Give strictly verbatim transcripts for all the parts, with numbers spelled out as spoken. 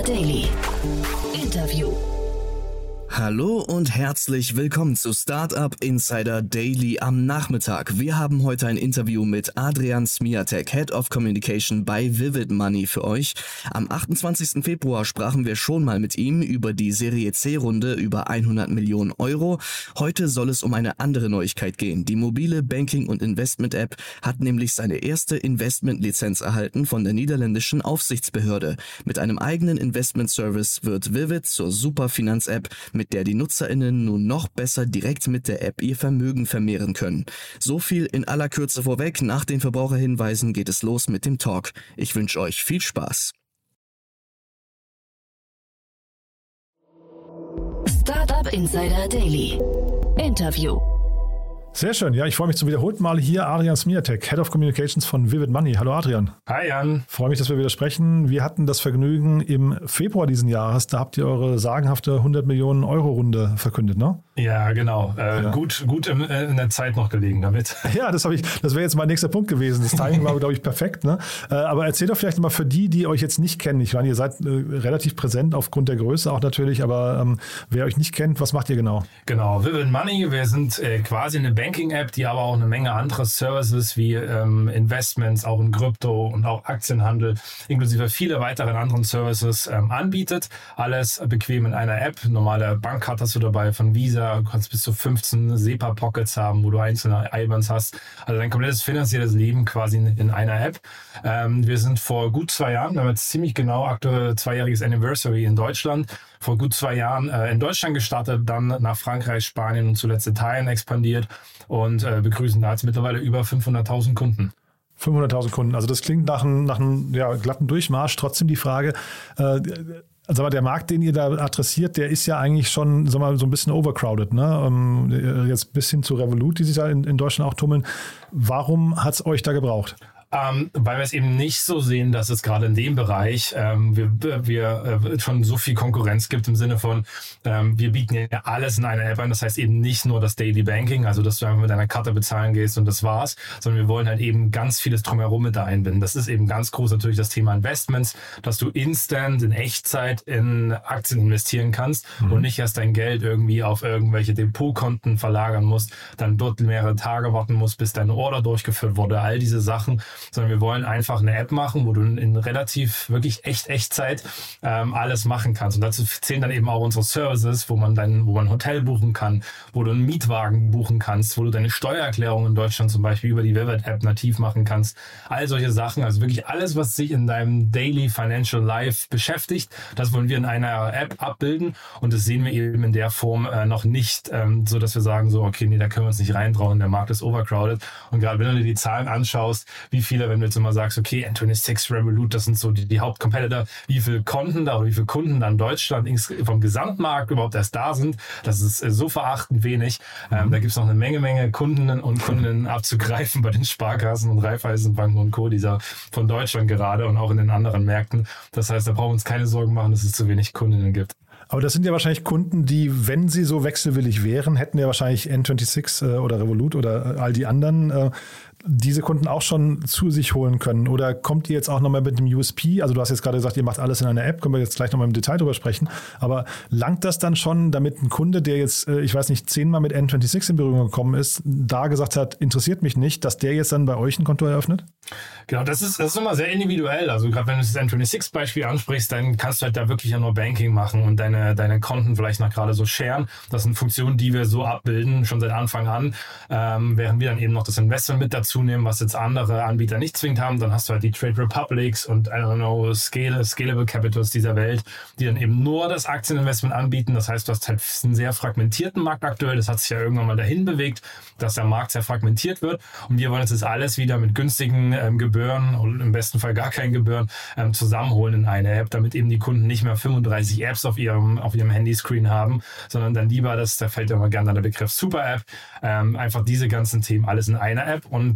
Daily. Interview. Hallo und herzlich willkommen zu Startup Insider Daily am Nachmittag. Wir haben heute ein Interview mit Adrian Smiatek, Head of Communication bei Vivid Money für euch. Am achtundzwanzigsten Februar sprachen wir schon mal mit ihm über die Serie C-Runde über hundert Millionen Euro. Heute soll es um eine andere Neuigkeit gehen. Die mobile Banking- und Investment-App hat nämlich seine erste Investmentlizenz erhalten von der niederländischen Aufsichtsbehörde. Mit einem eigenen Investment-Service wird Vivid zur Superfinanz-App, mit der die NutzerInnen nun noch besser direkt mit der App ihr Vermögen vermehren können. So viel in aller Kürze vorweg. Nach den Verbraucherhinweisen geht es los mit dem Talk. Ich wünsche euch viel Spaß. Startup Insider Daily. Interview. Sehr schön. Ja, ich freue mich zum wiederholten Mal hier. Adrian Smiatek, Head of Communications von Vivid Money. Hallo Adrian. Hi Jan. Freue mich, dass wir wieder sprechen. Wir hatten das Vergnügen im Februar diesen Jahres. Da habt ihr eure sagenhafte hundert Millionen Euro Runde verkündet, ne? Ja, genau. Äh, ja. Gut, gut in, äh, in der Zeit noch gelegen damit. Ja, das habe ich. Das wäre jetzt mein nächster Punkt gewesen. Das Timing war, glaube ich, perfekt. Ne? Äh, aber erzähl doch vielleicht mal für die, die euch jetzt nicht kennen. Ich meine, ihr seid äh, relativ präsent aufgrund der Größe auch natürlich. Aber ähm, wer euch nicht kennt, was macht ihr genau? Genau. Vivid Money. Wir sind äh, quasi eine Banking-App, die aber auch eine Menge andere Services wie ähm, Investments, auch in Krypto und auch Aktienhandel, inklusive viele weiteren anderen Services ähm, anbietet. Alles bequem in einer App. Normale Bankkarte hast du dabei von Visa. Du kannst bis zu fünfzehn SEPA-Pockets haben, wo du einzelne I B A Ns hast. Also dein komplettes finanzielles Leben quasi in einer App. Ähm, wir sind vor gut zwei Jahren, wir haben jetzt ziemlich genau aktuell zweijähriges Anniversary in Deutschland, vor gut zwei Jahren äh, in Deutschland gestartet, dann nach Frankreich, Spanien und zuletzt Italien expandiert und äh, begrüßen da jetzt mittlerweile über fünfhunderttausend Kunden. fünfhunderttausend Kunden, also das klingt nach einem, nach einem ja, glatten Durchmarsch. Trotzdem die Frage, äh, also der Markt, den ihr da adressiert, der ist ja eigentlich schon, sagen wir mal, so ein bisschen overcrowded, ne? Ähm, jetzt bis hin zu Revolut, die sich ja in, in Deutschland auch tummeln. Warum hat es euch da gebraucht? Ähm, weil wir es eben nicht so sehen, dass es gerade in dem Bereich ähm, wir, wir äh, schon so viel Konkurrenz gibt im Sinne von, ähm, wir bieten ja alles in einer App an. Das heißt eben nicht nur das Daily Banking, also dass du einfach mit deiner Karte bezahlen gehst und das war's, sondern wir wollen halt eben ganz vieles drumherum mit da einbinden. Das ist eben ganz groß natürlich das Thema Investments, dass du instant in Echtzeit in Aktien investieren kannst mhm. und nicht erst dein Geld irgendwie auf irgendwelche Depotkonten verlagern musst, dann dort mehrere Tage warten musst, bis deine Order durchgeführt wurde. All diese Sachen, sondern wir wollen einfach eine App machen, wo du in relativ wirklich echt Echtzeit ähm, alles machen kannst. Und dazu zählen dann eben auch unsere Services, wo man dann, wo man ein Hotel buchen kann, wo du einen Mietwagen buchen kannst, wo du deine Steuererklärung in Deutschland zum Beispiel über die Vivid-App nativ machen kannst. All solche Sachen, also wirklich alles, was sich in deinem Daily Financial Life beschäftigt, das wollen wir in einer App abbilden und das sehen wir eben in der Form äh, noch nicht, ähm, so dass wir sagen, so okay, nee, da können wir uns nicht reintrauen, der Markt ist overcrowded. Und gerade wenn du dir die Zahlen anschaust, wie viel Viele, wenn du jetzt immer sagst, okay, N sechsundzwanzig, Revolut, das sind so die, die Hauptcompetitor, wie viele Konten da oder wie viele Kunden da in Deutschland vom Gesamtmarkt überhaupt erst da sind, das ist so verachtend wenig. Mhm. Ähm, da gibt es noch eine Menge, Menge Kunden und Kundinnen abzugreifen bei den Sparkassen und Raiffeisenbanken und Co., dieser von Deutschland gerade und auch in den anderen Märkten. Das heißt, da brauchen wir uns keine Sorgen machen, dass es zu wenig Kundinnen gibt. Aber das sind ja wahrscheinlich Kunden, die, wenn sie so wechselwillig wären, hätten ja wahrscheinlich N sechsundzwanzig äh, oder Revolut oder all die anderen äh, diese Kunden auch schon zu sich holen können. Oder kommt ihr jetzt auch nochmal mit dem U S P? Also du hast jetzt gerade gesagt, ihr macht alles in einer App, können wir jetzt gleich nochmal im Detail drüber sprechen. Aber langt das dann schon, damit ein Kunde, der jetzt, äh, ich weiß nicht, zehnmal mit N sechsundzwanzig in Berührung gekommen ist, da gesagt hat, interessiert mich nicht, dass der jetzt dann bei euch ein Konto eröffnet? Genau, das ist, das ist immer sehr individuell. Also gerade wenn du das N sechsundzwanzig-Beispiel ansprichst, dann kannst du halt da wirklich ja nur Banking machen und deine, deine Konten vielleicht noch gerade so sharen. Das sind Funktionen, die wir so abbilden, schon seit Anfang an. Ähm, während wir dann eben noch das Investment mit dazu nehmen, was jetzt andere Anbieter nicht zwingend haben, dann hast du halt die Trade Republics und I don't know, Scale, Scalable Capitals dieser Welt, die dann eben nur das Aktieninvestment anbieten. Das heißt, du hast halt einen sehr fragmentierten Markt aktuell. Das hat sich ja irgendwann mal dahin bewegt, dass der Markt sehr fragmentiert wird. Und wir wollen jetzt das alles wieder mit günstigen ähm, Gebühren und im besten Fall gar keinen Gebühren ähm, zusammenholen in eine App, damit eben die Kunden nicht mehr fünfunddreißig Apps auf ihrem, auf ihrem Handyscreen haben, sondern dann lieber, das, da fällt ja immer gerne der Begriff Super-App, ähm, einfach diese ganzen Themen alles in einer App. Und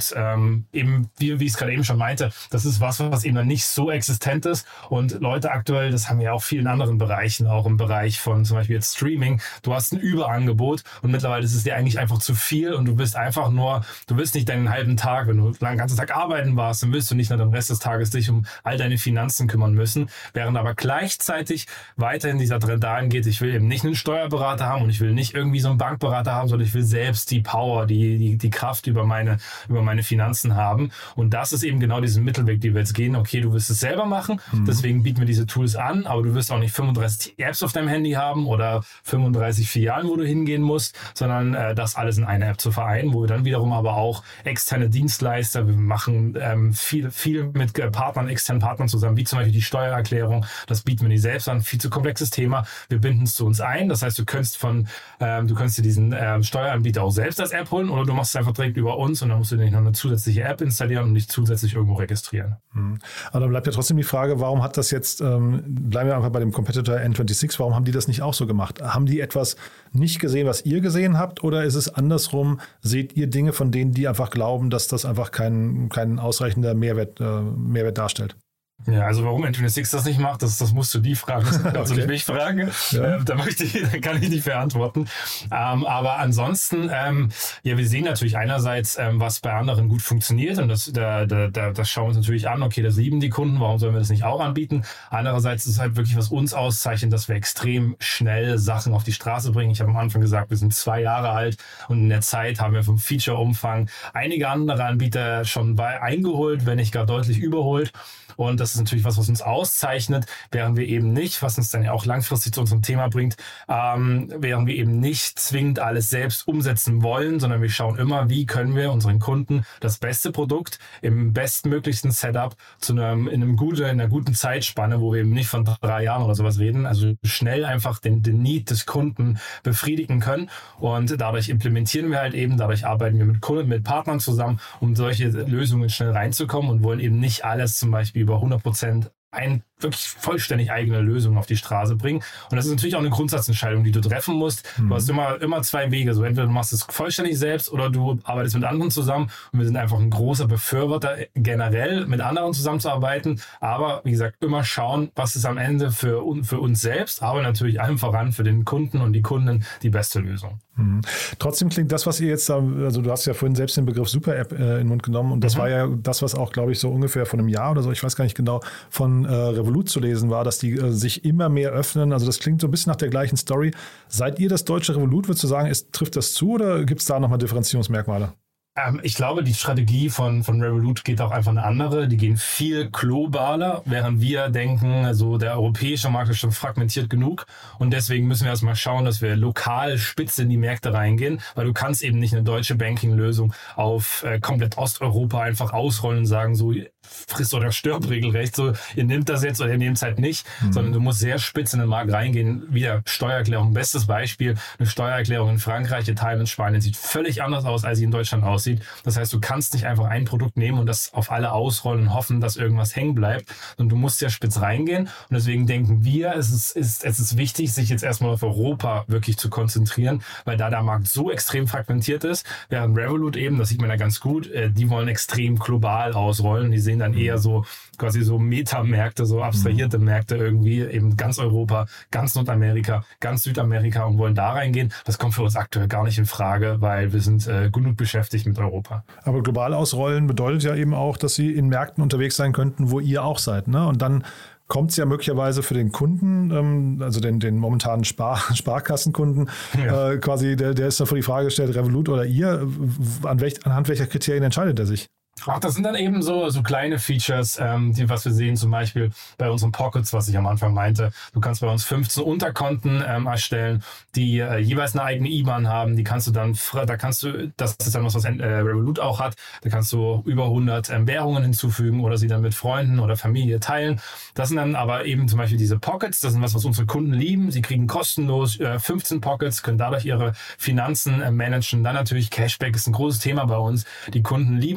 Und ähm, eben, wie, wie ich es gerade eben schon meinte, das ist was, was eben dann nicht so existent ist. Und Leute aktuell, das haben wir auch viel in anderen Bereichen, auch im Bereich von zum Beispiel jetzt Streaming. Du hast ein Überangebot und mittlerweile ist es dir eigentlich einfach zu viel und du bist einfach nur, du willst nicht deinen halben Tag, wenn du den ganzen Tag arbeiten warst, dann willst du nicht nur den Rest des Tages dich um all deine Finanzen kümmern müssen, während aber gleichzeitig weiterhin dieser Trend dahin geht, ich will eben nicht einen Steuerberater haben und ich will nicht irgendwie so einen Bankberater haben, sondern ich will selbst die Power, die, die, die Kraft über meine, über meine Finanzen haben. Und das ist eben genau diesen Mittelweg, die wir jetzt gehen. Okay, du wirst es selber machen, mhm. deswegen bieten wir diese Tools an, aber du wirst auch nicht fünfunddreißig Apps auf deinem Handy haben oder fünfunddreißig Filialen, wo du hingehen musst, sondern äh, das alles in einer App zu vereinen, wo wir dann wiederum aber auch externe Dienstleister, wir machen ähm, viel, viel mit äh, Partnern, externen Partnern zusammen, wie zum Beispiel die Steuererklärung, das bieten wir nicht selbst an, viel zu komplexes Thema, wir binden es zu uns ein, das heißt, du könntest von, ähm, du könntest dir diesen ähm, Steueranbieter auch selbst als App holen oder du machst es einfach direkt über uns und dann musst du dir nicht noch eine zusätzliche App installieren und nicht zusätzlich irgendwo registrieren. Mhm. Aber dann bleibt ja trotzdem die Frage, warum hat das jetzt, ähm, bleiben wir einfach bei dem Competitor N sechsundzwanzig, warum haben die das nicht auch so gemacht? Haben die etwas nicht gesehen, was ihr gesehen habt, oder ist es andersrum? Seht ihr Dinge, von denen die einfach glauben, dass das einfach kein, kein ausreichender Mehrwert, äh, Mehrwert darstellt? Ja, also warum N sechsundzwanzig das nicht macht, das, das musst du die fragen. Das kannst okay. du nicht mich fragen. Ja. Ähm, da, möchte ich, da kann ich nicht beantworten. Ähm, aber ansonsten, ähm, ja, wir sehen natürlich einerseits, ähm, was bei anderen gut funktioniert. Und das, da, da, da, das schauen wir uns natürlich an. Okay, das lieben die Kunden. Warum sollen wir das nicht auch anbieten? Andererseits ist es halt wirklich, was uns auszeichnet, dass wir extrem schnell Sachen auf die Straße bringen. Ich habe am Anfang gesagt, wir sind zwei Jahre alt und in der Zeit haben wir vom Feature-Umfang einige andere Anbieter schon bei eingeholt, wenn nicht gar deutlich überholt. Und das ist natürlich was, was uns auszeichnet, während wir eben nicht, was uns dann ja auch langfristig zu unserem Thema bringt, ähm, während wir eben nicht zwingend alles selbst umsetzen wollen, sondern wir schauen immer, wie können wir unseren Kunden das beste Produkt im bestmöglichsten Setup zu einem, in einem guten, in einer guten Zeitspanne, wo wir eben nicht von drei Jahren oder sowas reden, also schnell einfach den, den Need des Kunden befriedigen können. Und dadurch implementieren wir halt eben, dadurch arbeiten wir mit Kunden, mit Partnern zusammen, um solche Lösungen schnell reinzukommen und wollen eben nicht alles zum Beispiel über hundert Prozent ein wirklich vollständig eigene Lösung auf die Straße bringen. Und das ist natürlich auch eine Grundsatzentscheidung, die du treffen musst. Mhm. Du hast immer, immer zwei Wege. So entweder du machst es vollständig selbst oder du arbeitest mit anderen zusammen. Und wir sind einfach ein großer Befürworter, generell mit anderen zusammenzuarbeiten. Aber wie gesagt, immer schauen, was ist am Ende für, für uns selbst, aber natürlich allem voran für den Kunden und die Kunden die beste Lösung. Mhm. Trotzdem klingt das, was ihr jetzt, also du hast ja vorhin selbst den Begriff Super-App äh, in den Mund genommen und das mhm. war ja das, was auch, glaube ich, so ungefähr von einem Jahr oder so, ich weiß gar nicht genau, von äh, Revolut zu lesen war, dass die äh, sich immer mehr öffnen. Also das klingt so ein bisschen nach der gleichen Story. Seid ihr das deutsche Revolut, würdest du sagen, ist, trifft das zu oder gibt es da nochmal Differenzierungsmerkmale? Ähm, ich glaube, die Strategie von, von Revolut geht auch einfach eine andere. Die gehen viel globaler, während wir denken, also der europäische Markt ist schon fragmentiert genug und deswegen müssen wir erstmal schauen, dass wir lokal spitz in die Märkte reingehen, weil du kannst eben nicht eine deutsche Banking-Lösung auf äh, komplett Osteuropa einfach ausrollen und sagen, so friss oder stirb regelrecht, so ihr nehmt das jetzt oder ihr nehmt es halt nicht, mhm. sondern du musst sehr spitz in den Markt reingehen. Wieder Steuererklärung, bestes Beispiel, eine Steuererklärung in Frankreich, Italien und Spanien sieht völlig anders aus, als sie in Deutschland aussieht. Das heißt, du kannst nicht einfach ein Produkt nehmen und das auf alle ausrollen und hoffen, dass irgendwas hängen bleibt, sondern du musst sehr spitz reingehen und deswegen denken wir, es ist, ist, es ist wichtig, sich jetzt erstmal auf Europa wirklich zu konzentrieren, weil da der Markt so extrem fragmentiert ist, während Revolut eben, das sieht man ja ganz gut, die wollen extrem global ausrollen, die sehen dann eher so quasi so Metamärkte, so abstrahierte Märkte irgendwie, eben ganz Europa, ganz Nordamerika, ganz Südamerika und wollen da reingehen. Das kommt für uns aktuell gar nicht in Frage, weil wir sind äh, genug beschäftigt mit Europa. Aber global ausrollen bedeutet ja eben auch, dass sie in Märkten unterwegs sein könnten, wo ihr auch seid, ne? Und dann kommt es ja möglicherweise für den Kunden, ähm, also den, den momentanen Spar, Sparkassenkunden, ja. äh, quasi, der, der ist dann vor die Frage gestellt, Revolut oder ihr, an welch, anhand welcher Kriterien entscheidet er sich? Ach, das sind dann eben so, so kleine Features, ähm, die, was wir sehen, zum Beispiel bei unseren Pockets, was ich am Anfang meinte. Du kannst bei uns fünfzehn Unterkonten ähm, erstellen, die äh, jeweils eine eigene I B A N haben. Die kannst du dann, da kannst du, das ist dann was, was äh, Revolut auch hat. Da kannst du über hundert ähm, Währungen hinzufügen oder sie dann mit Freunden oder Familie teilen. Das sind dann aber eben zum Beispiel diese Pockets. Das sind was, was unsere Kunden lieben. Sie kriegen kostenlos äh, fünfzehn Pockets, können dadurch ihre Finanzen äh, managen. Dann natürlich Cashback ist ein großes Thema bei uns. Die Kunden lieben ihren Cashback.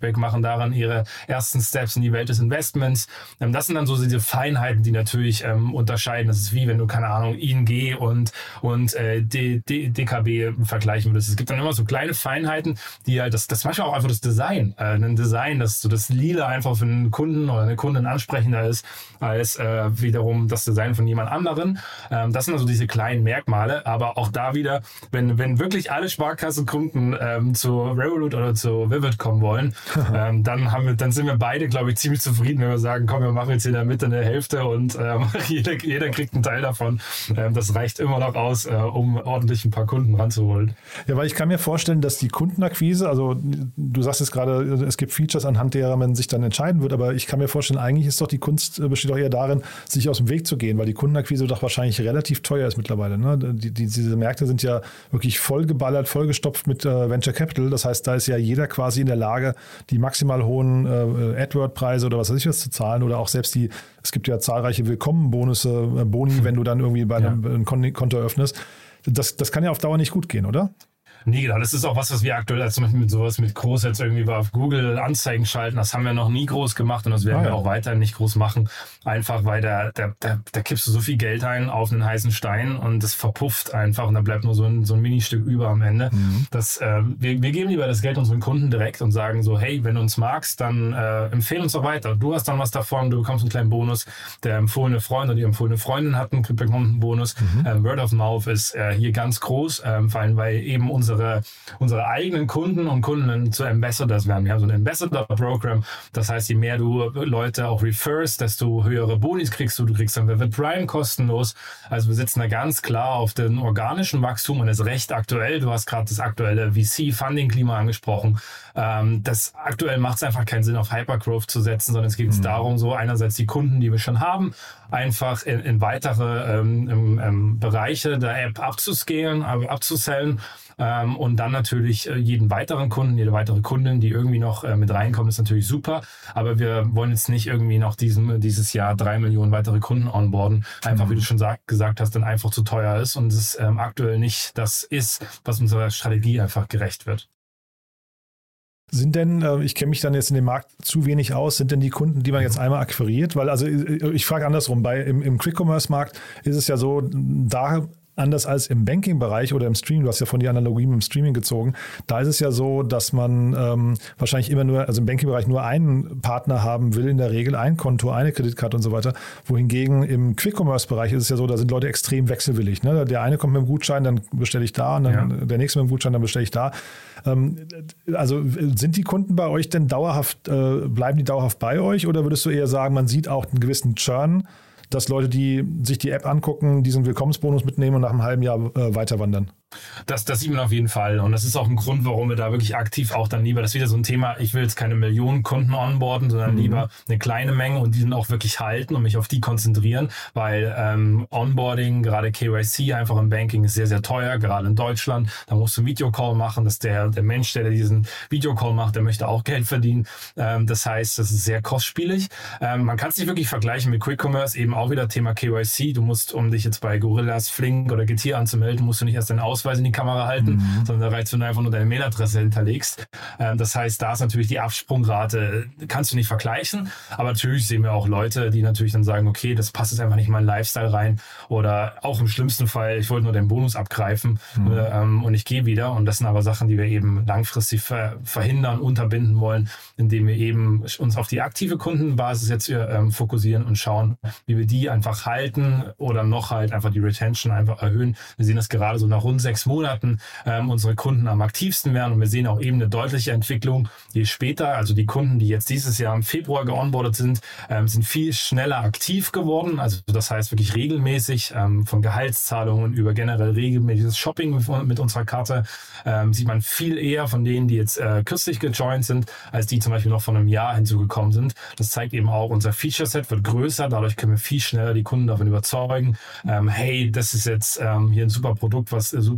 Cashback, machen daran ihre ersten Steps in die Welt des Investments. Ähm, das sind dann so diese Feinheiten, die natürlich ähm, unterscheiden. Das ist wie wenn du, keine Ahnung, I N G und, und äh, D, D, D K B vergleichen würdest. Es gibt dann immer so kleine Feinheiten, die halt, das, das manchmal auch einfach das Design, äh, ein Design, dass so das Lila einfach für einen Kunden oder eine Kundin ansprechender ist, als äh, wiederum das Design von jemand anderen. Ähm, das sind also diese kleinen Merkmale, aber auch da wieder, wenn, wenn wirklich alle Sparkassenkunden ähm, zu Revolut oder zu Vivid kommen wollen, ähm, dann haben wir, dann sind wir beide, glaube ich, ziemlich zufrieden, wenn wir sagen, komm, wir machen jetzt in der Mitte eine Hälfte und ähm, jeder, jeder kriegt einen Teil davon. Ähm, das reicht immer noch aus, äh, um ordentlich ein paar Kunden ranzuholen. Ja, weil ich kann mir vorstellen, dass die Kundenakquise, also du sagst jetzt gerade, es gibt Features, anhand derer man sich dann entscheiden wird, aber ich kann mir vorstellen, eigentlich ist doch die Kunst, besteht doch eher darin, sich aus dem Weg zu gehen, weil die Kundenakquise doch wahrscheinlich relativ teuer ist mittlerweile. Ne? Die, die, diese Märkte sind ja wirklich vollgeballert, vollgestopft mit äh, Venture Capital. Das heißt, da ist ja jeder quasi in der Lage, die maximal hohen äh, AdWord-Preise oder was weiß ich was zu zahlen oder auch selbst die, es gibt ja zahlreiche Willkommen-Bonusse, äh, Boni, wenn du dann irgendwie bei einem ja. ein Konto öffnest. Das, das kann ja auf Dauer nicht gut gehen, oder? Nee, genau. Das ist auch was, was wir aktuell als zum Beispiel mit sowas mit groß jetzt irgendwie auf Google Anzeigen schalten. Das haben wir noch nie groß gemacht und das werden ah, ja. wir auch weiterhin nicht groß machen. Einfach, weil da, da, da, da kippst du so viel Geld ein auf einen heißen Stein und das verpufft einfach und da bleibt nur so ein, so ein Ministück über am Ende. Mhm. Das, äh, wir, wir geben lieber das Geld unseren Kunden direkt und sagen so, hey, wenn du uns magst, dann äh, empfehle uns doch weiter. Du hast dann was davon, du bekommst einen kleinen Bonus. Der empfohlene Freund oder die empfohlene Freundin hat einen, bekommt einen Bonus. Mhm. Ähm, Word of Mouth ist äh, hier ganz groß, ähm, vor allem, weil eben unsere Unsere, unsere eigenen Kunden und Kundinnen zu Ambassadors werden. Wir haben so ein Ambassador-Programm. Das heißt, je mehr du Leute auch referst, desto höhere Bonis kriegst du. Du kriegst dann Vivid Prime kostenlos. Also wir sitzen da ganz klar auf den organischen Wachstum und ist recht aktuell. Du hast gerade das aktuelle V C-Funding-Klima angesprochen. Ähm, das aktuell macht es einfach keinen Sinn, auf Hypergrowth zu setzen, sondern es geht mhm. darum, so einerseits die Kunden, die wir schon haben, einfach in, in weitere ähm, im, ähm, Bereiche der App abzuscalen, abzusellen. Ähm, und dann natürlich äh, jeden weiteren Kunden, jede weitere Kundin, die irgendwie noch äh, mit reinkommt, ist natürlich super. Aber wir wollen jetzt nicht irgendwie noch diesem, dieses Jahr drei Millionen weitere Kunden onboarden. Einfach, mhm. wie du schon sag, gesagt hast, dann einfach zu teuer ist und es ähm, aktuell nicht das ist, was unserer Strategie einfach gerecht wird. Sind denn, äh, ich kenne mich dann jetzt in dem Markt zu wenig aus, sind denn die Kunden, die man jetzt einmal akquiriert? Weil, also ich frage andersrum, bei, im, im Quick-Commerce-Markt ist es ja so, da anders als im Banking-Bereich oder im Streaming, du hast ja von die Analogie mit dem Streaming gezogen, da ist es ja so, dass man ähm, wahrscheinlich immer nur, also im Banking-Bereich nur einen Partner haben will, in der Regel ein Konto, eine Kreditkarte und so weiter, wohingegen im Quick-Commerce-Bereich ist es ja so, da sind Leute extrem wechselwillig. Ne? Der eine kommt mit dem Gutschein, dann bestelle ich da und dann ja. der nächste mit dem Gutschein, dann bestelle ich da. Ähm, also sind die Kunden bei euch denn dauerhaft, äh, bleiben die dauerhaft bei euch oder würdest du eher sagen, man sieht auch einen gewissen Churn, dass Leute, die sich die App angucken, diesen Willkommensbonus mitnehmen und nach einem halben Jahr äh, weiter wandern? Das, das sieht man auf jeden Fall. Und das ist auch ein Grund, warum wir da wirklich aktiv auch dann lieber, das ist wieder so ein Thema, ich will jetzt keine Millionen Kunden onboarden, sondern mhm. lieber eine kleine Menge und die dann auch wirklich halten und mich auf die konzentrieren, weil ähm, Onboarding, gerade K Y C einfach im Banking ist sehr, sehr teuer, gerade in Deutschland. Da musst du einen Videocall machen, dass der, der Mensch, der diesen Videocall macht, der möchte auch Geld verdienen. Ähm, das heißt, das ist sehr kostspielig. Ähm, man kann es nicht wirklich vergleichen mit Quick Commerce, eben auch wieder Thema K Y C. Du musst, um dich jetzt bei Gorillas, Flink oder Getir anzumelden, musst du nicht erst deinen Ausweis in die Kamera halten, mhm. sondern da reicht, wenn du einfach nur deine Mailadresse hinterlegst. Ähm, das heißt, da ist natürlich die Absprungrate, kannst du nicht vergleichen, aber natürlich sehen wir auch Leute, die natürlich dann sagen, okay, das passt jetzt einfach nicht in meinen Lifestyle rein oder auch im schlimmsten Fall, ich wollte nur den Bonus abgreifen mhm. äh, ähm, und ich gehe wieder und das sind aber Sachen, die wir eben langfristig ver- verhindern, unterbinden wollen, indem wir eben uns auf die aktive Kundenbasis jetzt ähm, fokussieren und schauen, wie wir die einfach halten oder noch halt einfach die Retention einfach erhöhen. Wir sehen das gerade so nach rund sechs Monaten ähm, unsere Kunden am aktivsten werden und wir sehen auch eben eine deutliche Entwicklung. Je später, also die Kunden, die jetzt dieses Jahr im Februar geonboardet sind, ähm, sind viel schneller aktiv geworden. Also das heißt wirklich regelmäßig ähm, von Gehaltszahlungen über generell regelmäßiges Shopping mit, mit unserer Karte ähm, sieht man viel eher von denen, die jetzt äh, kürzlich gejoint sind, als die zum Beispiel noch von einem Jahr hinzugekommen sind. Das zeigt eben auch, unser Feature-Set wird größer, dadurch können wir viel schneller die Kunden davon überzeugen, ähm, hey, das ist jetzt ähm, hier ein super Produkt, was äh, super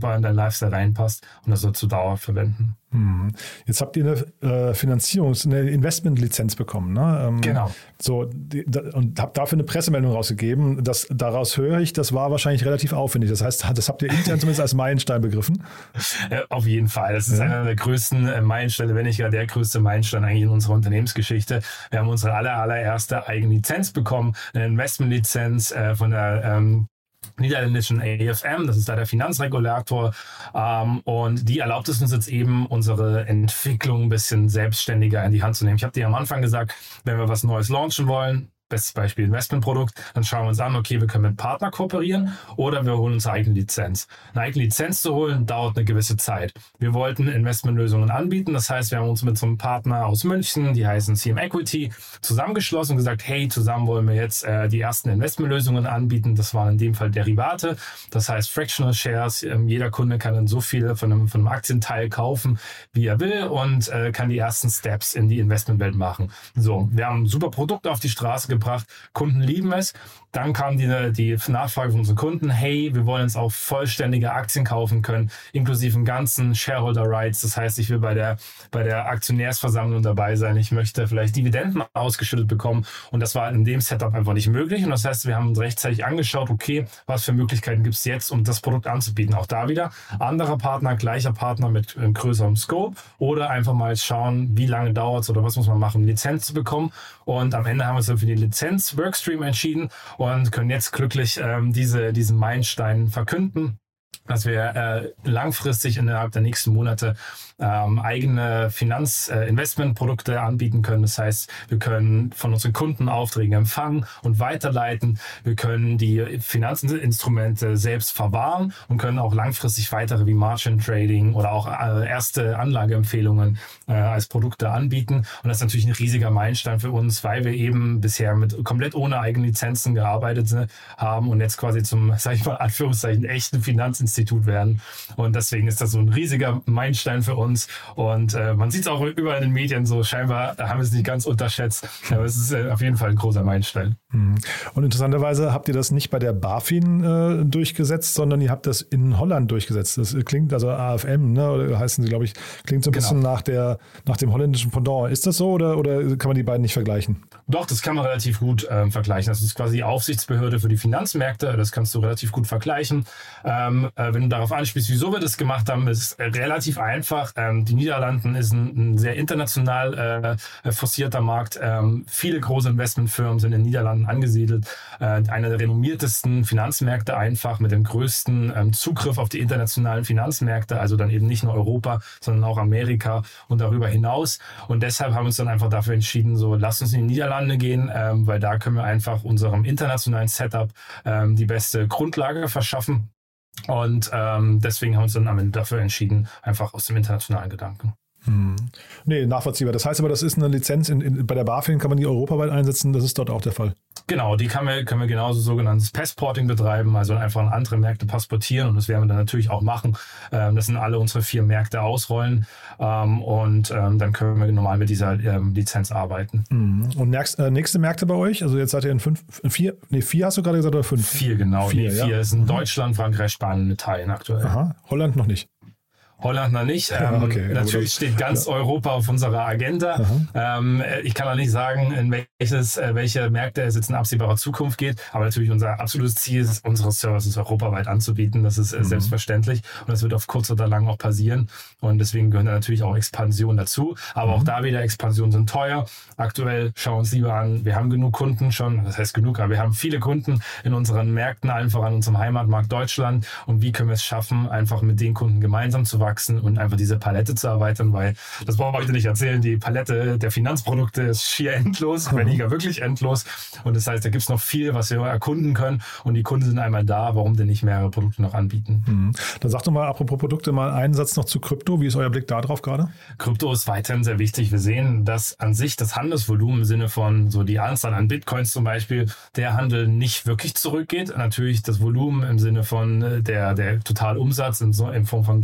super in dein Lifestyle reinpasst und das sollst du dauerhaft verwenden. Jetzt habt ihr eine äh, Finanzierungs-, eine Investmentlizenz bekommen, ne? Ähm, genau. So, die, da, und habt dafür eine Pressemeldung rausgegeben. Das, daraus höre ich, das war wahrscheinlich relativ aufwendig. Das heißt, das habt ihr intern zumindest als Meilenstein begriffen? Äh, auf jeden Fall. Das ist ja. einer der größten äh, Meilensteine, wenn nicht gar der größte Meilenstein eigentlich in unserer Unternehmensgeschichte. Wir haben unsere aller, allererste eigene Lizenz bekommen, eine Investmentlizenz äh, von der ähm, niederländischen A F M, das ist da der Finanzregulator, ähm, und die erlaubt es uns jetzt eben, unsere Entwicklung ein bisschen selbstständiger in die Hand zu nehmen. Ich habe dir am Anfang gesagt, wenn wir was Neues launchen wollen, bestes Beispiel Investmentprodukt, dann schauen wir uns an, okay, wir können mit Partner kooperieren oder wir holen unsere eigene Lizenz. Eine eigene Lizenz zu holen, dauert eine gewisse Zeit. Wir wollten Investmentlösungen anbieten, das heißt, wir haben uns mit so einem Partner aus München, die heißen C M Equity, zusammengeschlossen und gesagt, hey, zusammen wollen wir jetzt äh, die ersten Investmentlösungen anbieten. Das waren in dem Fall Derivate, das heißt Fractional Shares. Ähm, jeder Kunde kann dann so viel von einem, von einem Aktienteil kaufen, wie er will und äh, kann die ersten Steps in die Investmentwelt machen. So, wir haben ein super Produkt auf die Straße gebracht. Kunden lieben es. Dann kam die, die Nachfrage von unseren Kunden, hey, wir wollen uns auch vollständige Aktien kaufen können, inklusive den ganzen Shareholder Rights. Das heißt, ich will bei der, bei der Aktionärsversammlung dabei sein. Ich möchte vielleicht Dividenden ausgeschüttet bekommen. Und das war in dem Setup einfach nicht möglich. Und das heißt, wir haben uns rechtzeitig angeschaut, okay, was für Möglichkeiten gibt es jetzt, um das Produkt anzubieten. Auch da wieder anderer Partner, gleicher Partner mit einem größerem Scope oder einfach mal schauen, wie lange dauert es oder was muss man machen, um Lizenz zu bekommen. Und am Ende haben wir uns dann für die Lizenz-Workstream entschieden und können jetzt glücklich ähm, diese, diesen Meilenstein verkünden, dass wir äh, langfristig innerhalb der nächsten Monate ähm, eigene Finanzinvestmentprodukte äh, anbieten können. Das heißt, wir können von unseren Kunden Aufträge empfangen und weiterleiten. Wir können die Finanzinstrumente selbst verwahren und können auch langfristig weitere wie Margin Trading oder auch äh, erste Anlageempfehlungen äh, als Produkte anbieten. Und das ist natürlich ein riesiger Meilenstein für uns, weil wir eben bisher mit komplett ohne eigene Lizenzen gearbeitet haben und jetzt quasi zum, sag ich mal, Anführungszeichen, echten Finanzinstitut werden. Und deswegen ist das so ein riesiger Meilenstein für uns. Und äh, man sieht es auch überall in den Medien so, scheinbar haben wir es nicht ganz unterschätzt. Aber es ist äh, auf jeden Fall ein großer Meilenstein. Und interessanterweise habt ihr das nicht bei der BaFin äh, durchgesetzt, sondern ihr habt das in Holland durchgesetzt. Das klingt, also A F M, ne, oder heißen sie, glaube ich, klingt so ein genau. bisschen nach, der, nach dem holländischen Pendant. Ist das so oder, oder kann man die beiden nicht vergleichen? Doch, das kann man relativ gut ähm, vergleichen. Das ist quasi die Aufsichtsbehörde für die Finanzmärkte. Das kannst du relativ gut vergleichen. Ähm, äh, wenn du darauf anspielst, wieso wir das gemacht haben, ist äh, relativ einfach. Ähm, die Niederlanden ist ein, ein sehr international äh, forcierter Markt. Ähm, viele große Investmentfirmen sind in den Niederlanden angesiedelt. Äh, einer der renommiertesten Finanzmärkte einfach mit dem größten ähm, Zugriff auf die internationalen Finanzmärkte, also dann eben nicht nur Europa, sondern auch Amerika und darüber hinaus. Und deshalb haben wir uns dann einfach dafür entschieden, so lass uns in die Niederlande gehen, ähm, weil da können wir einfach unserem internationalen Setup ähm, die beste Grundlage verschaffen. Und ähm, deswegen haben wir uns dann am Ende dafür entschieden, einfach aus dem internationalen Gedanken. Hm. Nee, nachvollziehbar. Das heißt aber, das ist eine Lizenz, in, in, bei der BaFin kann man die europaweit einsetzen, das ist dort auch der Fall. Genau, die kann wir, können wir genauso sogenanntes Passporting betreiben, also einfach in andere Märkte passportieren und das werden wir dann natürlich auch machen. Ähm, das sind alle unsere vier Märkte ausrollen ähm, und ähm, dann können wir normal mit dieser ähm, Lizenz arbeiten. Hm. Und nächst, äh, nächste Märkte bei euch? Also jetzt seid ihr in fünf, vier, nee, vier hast du gerade gesagt oder fünf? Vier, genau. Vier, nee, vier ja. ist in Deutschland, Frankreich, Spanien, Italien aktuell. Aha, Holland noch nicht. Holland noch nicht. Ähm, okay, natürlich das, steht ganz ja. Europa auf unserer Agenda. Ähm, ich kann auch nicht sagen, in welches, welche Märkte es jetzt in absehbarer Zukunft geht, aber natürlich unser absolutes Ziel ist, unsere Services europaweit anzubieten. Das ist mhm. selbstverständlich und das wird auf kurz oder lang auch passieren und deswegen gehören da natürlich auch Expansionen dazu. Aber mhm. auch da wieder, Expansionen sind teuer. Aktuell schauen wir uns lieber an, wir haben genug Kunden schon, das heißt genug, aber wir haben viele Kunden in unseren Märkten, einfach an unserem Heimatmarkt Deutschland und wie können wir es schaffen, einfach mit den Kunden gemeinsam zu wachsen und einfach diese Palette zu erweitern, weil das brauche ich heute nicht erzählen, die Palette der Finanzprodukte ist schier endlos, wenn nicht gar wirklich endlos und das heißt, da gibt es noch viel, was wir erkunden können und die Kunden sind einmal da, warum denn nicht mehrere Produkte noch anbieten. Mhm. Dann sag doch mal, apropos Produkte, mal einen Satz noch zu Krypto, wie ist euer Blick da drauf gerade? Krypto ist weiterhin sehr wichtig, wir sehen, dass an sich das Handelsvolumen im Sinne von so die Anzahl an Bitcoins zum Beispiel, der Handel nicht wirklich zurückgeht, natürlich das Volumen im Sinne von der, der Totalumsatz in, so, in Form von Geld, von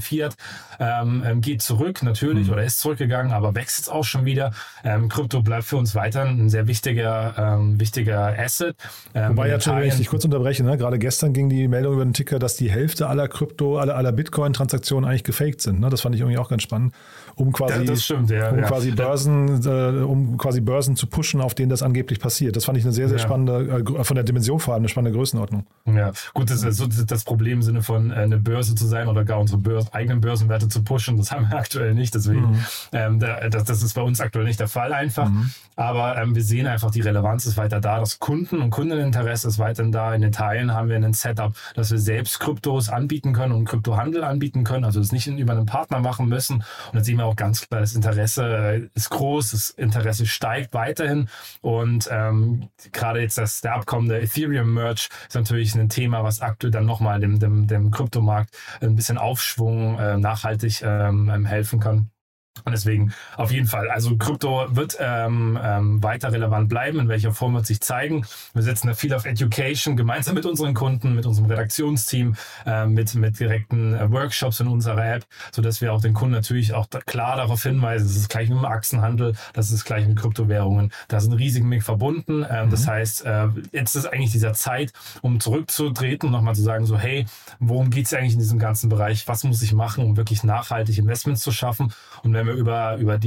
Fiat ähm, geht zurück, natürlich, mhm. oder ist zurückgegangen, aber wächst jetzt auch schon wieder. Ähm, Krypto bleibt für uns weiterhin ein sehr wichtiger, ähm, wichtiger Asset. Ähm, Wobei, ja, wenn ich dich kurz unterbreche, ne? Gerade gestern ging die Meldung über den Ticker, dass die Hälfte aller Krypto, aller, aller Bitcoin-Transaktionen eigentlich gefaked sind. Ne? Das fand ich irgendwie auch ganz spannend, um quasi, das stimmt, ja, um ja. quasi Börsen, äh, um quasi Börsen zu pushen, auf denen das angeblich passiert. Das fand ich eine sehr, sehr ja. spannende, äh, von der Dimension vor allem eine spannende Größenordnung. Ja, gut, das ist so das Problem im Sinne von äh, eine Börse zu sein oder gar unsere Börse, eigenen Börsenwerte zu pushen. Das haben wir aktuell nicht, deswegen mhm. ähm, da, das, das ist bei uns aktuell nicht der Fall einfach. Mhm. Aber ähm, wir sehen einfach, die Relevanz ist weiter da, das Kunden- und Kundeninteresse ist weiterhin da. In Italien haben wir ein Setup, dass wir selbst Kryptos anbieten können und Kryptohandel anbieten können, also das nicht über einen Partner machen müssen. Und dann sehen wir auch ganz klar, das Interesse ist groß, das Interesse steigt weiterhin. Und ähm, gerade jetzt das, der abkommende Ethereum-Merge ist natürlich ein Thema, was aktuell dann nochmal dem, dem, dem Kryptomarkt ein bisschen Aufschwung äh, nachhaltig ähm, helfen kann. Und deswegen auf jeden Fall, also Krypto wird ähm, ähm, weiter relevant bleiben, in welcher Form wird sich zeigen. Wir setzen da viel auf Education, gemeinsam mit unseren Kunden, mit unserem Redaktionsteam, äh, mit, mit direkten äh, Workshops in unserer App, sodass wir auch den Kunden natürlich auch da klar darauf hinweisen, das ist gleich mit dem Aktienhandel, das ist gleich mit Kryptowährungen. Da sind Risiken mit verbunden. Ähm, mhm. Das heißt, äh, jetzt ist eigentlich dieser Zeit, um zurückzutreten und nochmal zu sagen, so hey, worum geht es eigentlich in diesem ganzen Bereich? Was muss ich machen, um wirklich nachhaltig Investments zu schaffen? Und wenn wir über, über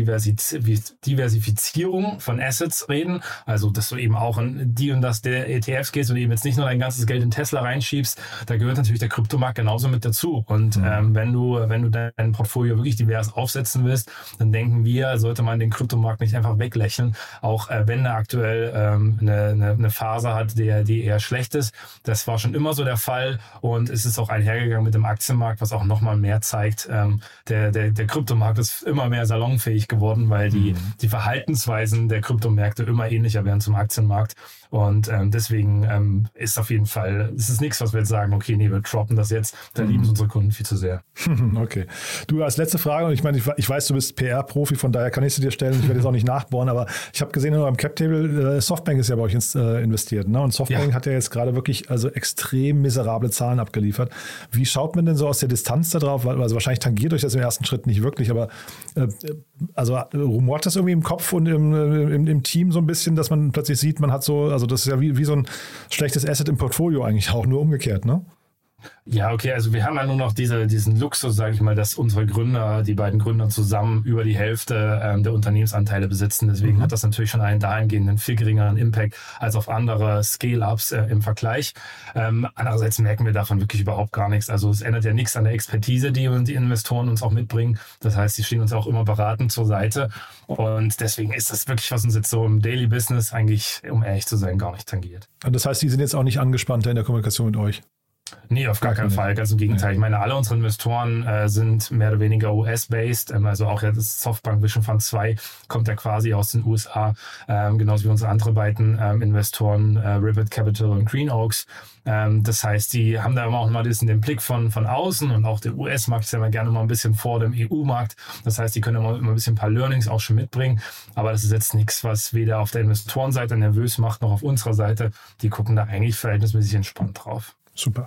Diversifizierung von Assets reden, also dass du eben auch in die und das der E T Fs gehst und eben jetzt nicht nur dein ganzes Geld in Tesla reinschiebst, da gehört natürlich der Kryptomarkt genauso mit dazu. Und mhm. ähm, wenn du wenn du dein Portfolio wirklich divers aufsetzen willst, dann denken wir, sollte man den Kryptomarkt nicht einfach weglächeln, auch äh, wenn er aktuell ähm, eine, eine, eine Phase hat, die, die eher schlecht ist. Das war schon immer so der Fall und es ist auch einhergegangen mit dem Aktienmarkt, was auch nochmal mehr zeigt. Ähm, der, der, der Kryptomarkt ist immer mehr salonfähig geworden, weil die, mhm. die Verhaltensweisen der Kryptomärkte immer ähnlicher werden zum Aktienmarkt. Und ähm, deswegen ähm, ist auf jeden Fall, es ist nichts, was wir jetzt sagen, okay, nee, wir droppen das jetzt, da lieben es unsere Kunden viel zu sehr. Okay. Du, als letzte Frage, und ich meine, ich, ich weiß, du bist P R-Profi, von daher kann ich sie dir stellen, ich werde jetzt auch nicht nachbohren, aber ich habe gesehen in eurem Cap-Table, äh, Softbank ist ja bei euch ins, äh, investiert, ne? Und Softbank ja. hat ja jetzt gerade wirklich also extrem miserable Zahlen abgeliefert. Wie schaut man denn so aus der Distanz da drauf? Also wahrscheinlich tangiert euch das im ersten Schritt nicht wirklich, aber äh, also rumort das irgendwie im Kopf und im, im, im Team so ein bisschen, dass man plötzlich sieht, man hat so, also das ist ja wie, wie so ein schlechtes Asset im Portfolio eigentlich auch, nur umgekehrt, ne? Ja, okay, also wir haben ja nur noch diese, diesen Luxus, sage ich mal, dass unsere Gründer, die beiden Gründer zusammen über die Hälfte ähm, der Unternehmensanteile besitzen. Deswegen mhm. hat das natürlich schon einen dahingehenden viel geringeren Impact als auf andere Scale-Ups äh, im Vergleich. Ähm, andererseits merken wir davon wirklich überhaupt gar nichts. Also es ändert ja nichts an der Expertise, die die Investoren uns auch mitbringen. Das heißt, sie stehen uns auch immer beratend zur Seite. Und deswegen ist das wirklich, was uns jetzt so im Daily Business eigentlich, um ehrlich zu sein, gar nicht tangiert. Und das heißt, die sind jetzt auch nicht angespannter in der Kommunikation mit euch? Nee, auf gar keinen Fall. Ganz im Gegenteil. Ja. Ich meine, alle unsere Investoren äh, sind mehr oder weniger U S-based. Ähm, also auch ja, das Softbank Vision Fund zwei kommt ja quasi aus den U S A. Ähm, genauso wie unsere anderen beiden ähm, Investoren, äh, Ribbit Capital und Green Oaks. Ähm, das heißt, die haben da immer auch mal den Blick von, von außen und auch der U S-Markt ist ja immer gerne mal ein bisschen vor dem E U-Markt. Das heißt, die können immer, immer ein bisschen ein paar Learnings auch schon mitbringen. Aber das ist jetzt nichts, was weder auf der Investorenseite nervös macht, noch auf unserer Seite. Die gucken da eigentlich verhältnismäßig entspannt drauf. Super.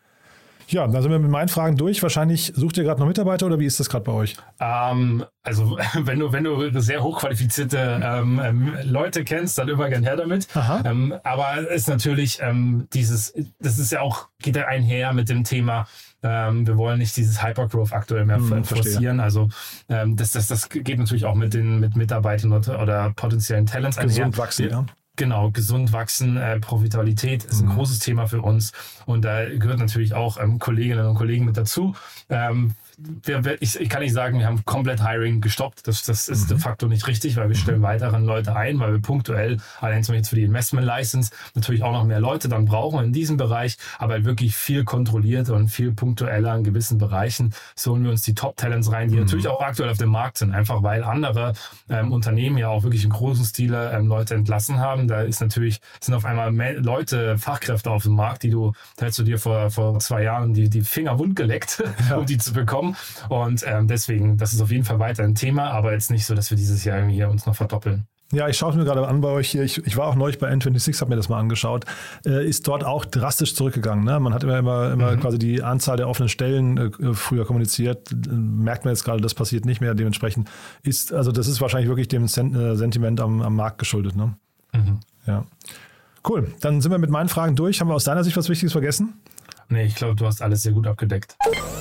Ja, da sind wir mit meinen Fragen durch. Wahrscheinlich sucht ihr gerade noch Mitarbeiter oder wie ist das gerade bei euch? Ähm, also wenn du, wenn du sehr hochqualifizierte ähm, ähm, Leute kennst, dann immer gern her damit. Ähm, aber es ist natürlich ähm, dieses, das ist ja auch, geht ja einher mit dem Thema, ähm, wir wollen nicht dieses Hypergrowth aktuell mehr hm, forcieren. Also ähm, das, das, das geht natürlich auch mit den mit Mitarbeitern oder, oder potenziellen Talents einher. Gesund wachsen, ja. Genau, gesund wachsen, äh, Profitabilität ist ein mhm. großes Thema für uns und da gehört natürlich auch ähm, Kolleginnen und Kollegen mit dazu. Ähm, wir, wir, ich, ich kann nicht sagen, wir haben komplett Hiring gestoppt. Das, das ist mhm. de facto nicht richtig, weil wir stellen weiteren Leute ein, weil wir punktuell, allein zum Beispiel jetzt für die Investment License, natürlich auch noch mehr Leute dann brauchen in diesem Bereich, aber wirklich viel kontrollierter und viel punktueller in gewissen Bereichen. So holen wir uns die Top-Talents rein, die mhm. natürlich auch aktuell auf dem Markt sind, einfach weil andere ähm, Unternehmen ja auch wirklich im großen Stile ähm, Leute entlassen haben. Da ist natürlich, sind auf einmal mehr Leute, Fachkräfte auf dem Markt, die du, da hättest du dir vor, vor zwei Jahren die, die Finger wund geleckt, ja. um die zu bekommen. Und ähm, deswegen, das ist auf jeden Fall weiter ein Thema, aber jetzt nicht so, dass wir dieses Jahr irgendwie hier uns noch verdoppeln. Ja, ich schaue es mir gerade an bei euch hier. Ich, ich war auch neulich bei N sechsundzwanzig, habe mir das mal angeschaut. Äh, ist dort auch drastisch zurückgegangen. Ne? Man hat immer, immer, immer mhm. quasi die Anzahl der offenen Stellen äh, früher kommuniziert. Merkt man jetzt gerade, das passiert nicht mehr. Dementsprechend ist, also das ist wahrscheinlich wirklich dem Sen- äh, Sentiment am, am Markt geschuldet. Ne? Mhm. Ja. Cool. Dann sind wir mit meinen Fragen durch. Haben wir aus deiner Sicht was Wichtiges vergessen? Nee, ich glaube, du hast alles sehr gut abgedeckt.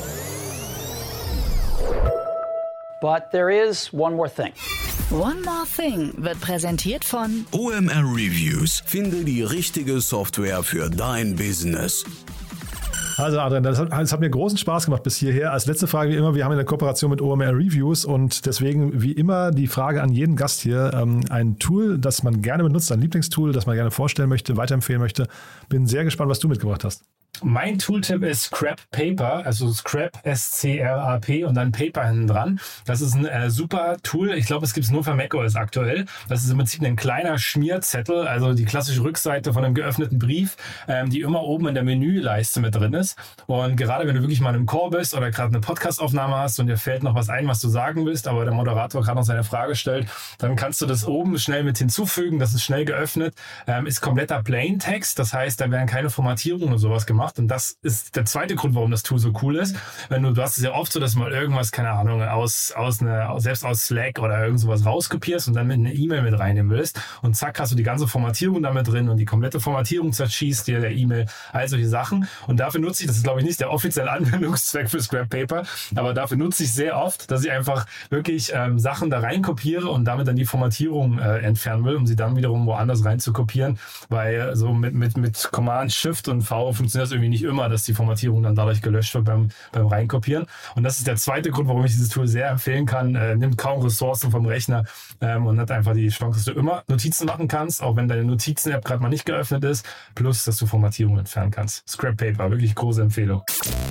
But there is one more thing. One More Thing wird präsentiert von O M R Reviews. Finde die richtige Software für dein Business. Also Adrian, das hat, das hat mir großen Spaß gemacht bis hierher. Als letzte Frage wie immer, wir haben eine Kooperation mit O M R Reviews und deswegen wie immer die Frage an jeden Gast hier, ähm, ein Tool, das man gerne benutzt, ein Lieblingstool, das man gerne vorstellen möchte, weiterempfehlen möchte. Bin sehr gespannt, was du mitgebracht hast. Mein Tooltip ist Scrap Paper, also Scrap, S C R A P und dann Paper hinten dran. Das ist ein äh, super Tool. Ich glaube, es gibt es nur für macOS aktuell. Das ist im Prinzip ein kleiner Schmierzettel, also die klassische Rückseite von einem geöffneten Brief, ähm, die immer oben in der Menüleiste mit drin ist. Und gerade wenn du wirklich mal in einem Call bist oder gerade eine Podcastaufnahme hast und dir fällt noch was ein, was du sagen willst, aber der Moderator gerade noch seine Frage stellt, dann kannst du das oben schnell mit hinzufügen. Das ist schnell geöffnet, ähm, ist kompletter Plaintext. Das heißt, da werden keine Formatierungen oder sowas gemacht. Und das ist der zweite Grund, warum das Tool so cool ist. Wenn du, du hast es ja oft so, dass du mal irgendwas, keine Ahnung, aus, aus eine, selbst aus Slack oder irgend sowas rauskopierst und dann mit einer E-Mail mit reinnehmen willst. Und zack, hast du die ganze Formatierung damit drin und die komplette Formatierung zerschießt dir der E-Mail, all solche Sachen. Und dafür nutze ich, das ist glaube ich nicht der offizielle Anwendungszweck für Scrap Paper, aber dafür nutze ich sehr oft, dass ich einfach wirklich ähm, Sachen da rein kopiere und damit dann die Formatierung äh, entfernen will, um sie dann wiederum woanders rein zu kopieren, weil so mit, mit, mit Command, Shift und V funktioniert das irgendwie nicht immer, dass die Formatierung dann dadurch gelöscht wird beim, beim Reinkopieren. Und das ist der zweite Grund, warum ich dieses Tool sehr empfehlen kann. Äh, nimmt kaum Ressourcen vom Rechner ähm, und hat einfach die Chance, dass du immer Notizen machen kannst, auch wenn deine Notizen-App gerade mal nicht geöffnet ist, plus, dass du Formatierung entfernen kannst. Scrap Paper, wirklich große Empfehlung.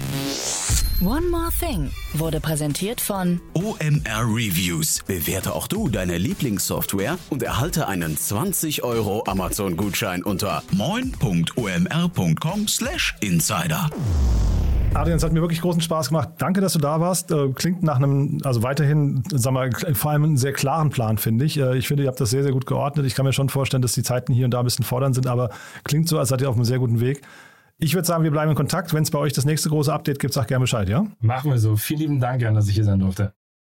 One More Thing wurde präsentiert von O M R Reviews. Bewerte auch du deine Lieblingssoftware und erhalte einen zwanzig Euro Amazon-Gutschein unter moin punkt o m r punkt com slash insider. Adrian, es hat mir wirklich großen Spaß gemacht. Danke, dass du da warst. Klingt nach einem, also weiterhin, sagen wir, vor allem einen sehr klaren Plan, finde ich. Ich finde, ihr habt das sehr, sehr gut geordnet. Ich kann mir schon vorstellen, dass die Zeiten hier und da ein bisschen fordernd sind, aber klingt so, als seid ihr auf einem sehr guten Weg. Ich würde sagen, wir bleiben in Kontakt. Wenn es bei euch das nächste große Update gibt, sag gerne Bescheid, ja? Machen wir so. Vielen lieben Dank, Jan, dass ich hier sein durfte.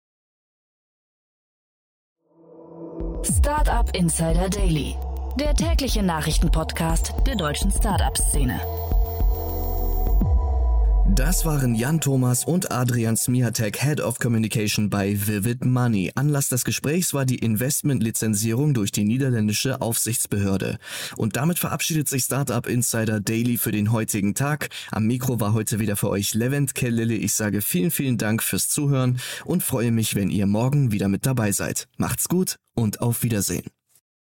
Startup Insider Daily, der tägliche Nachrichtenpodcast der deutschen Startup-Szene. Das waren Jan Thomas und Adrian Smiatek, Head of Communication bei Vivid Money. Anlass des Gesprächs war die Investmentlizenzierung durch die niederländische Aufsichtsbehörde. Und damit verabschiedet sich Startup Insider Daily für den heutigen Tag. Am Mikro war heute wieder für euch Levent Kellele. Ich sage vielen, vielen Dank fürs Zuhören und freue mich, wenn ihr morgen wieder mit dabei seid. Macht's gut und auf Wiedersehen.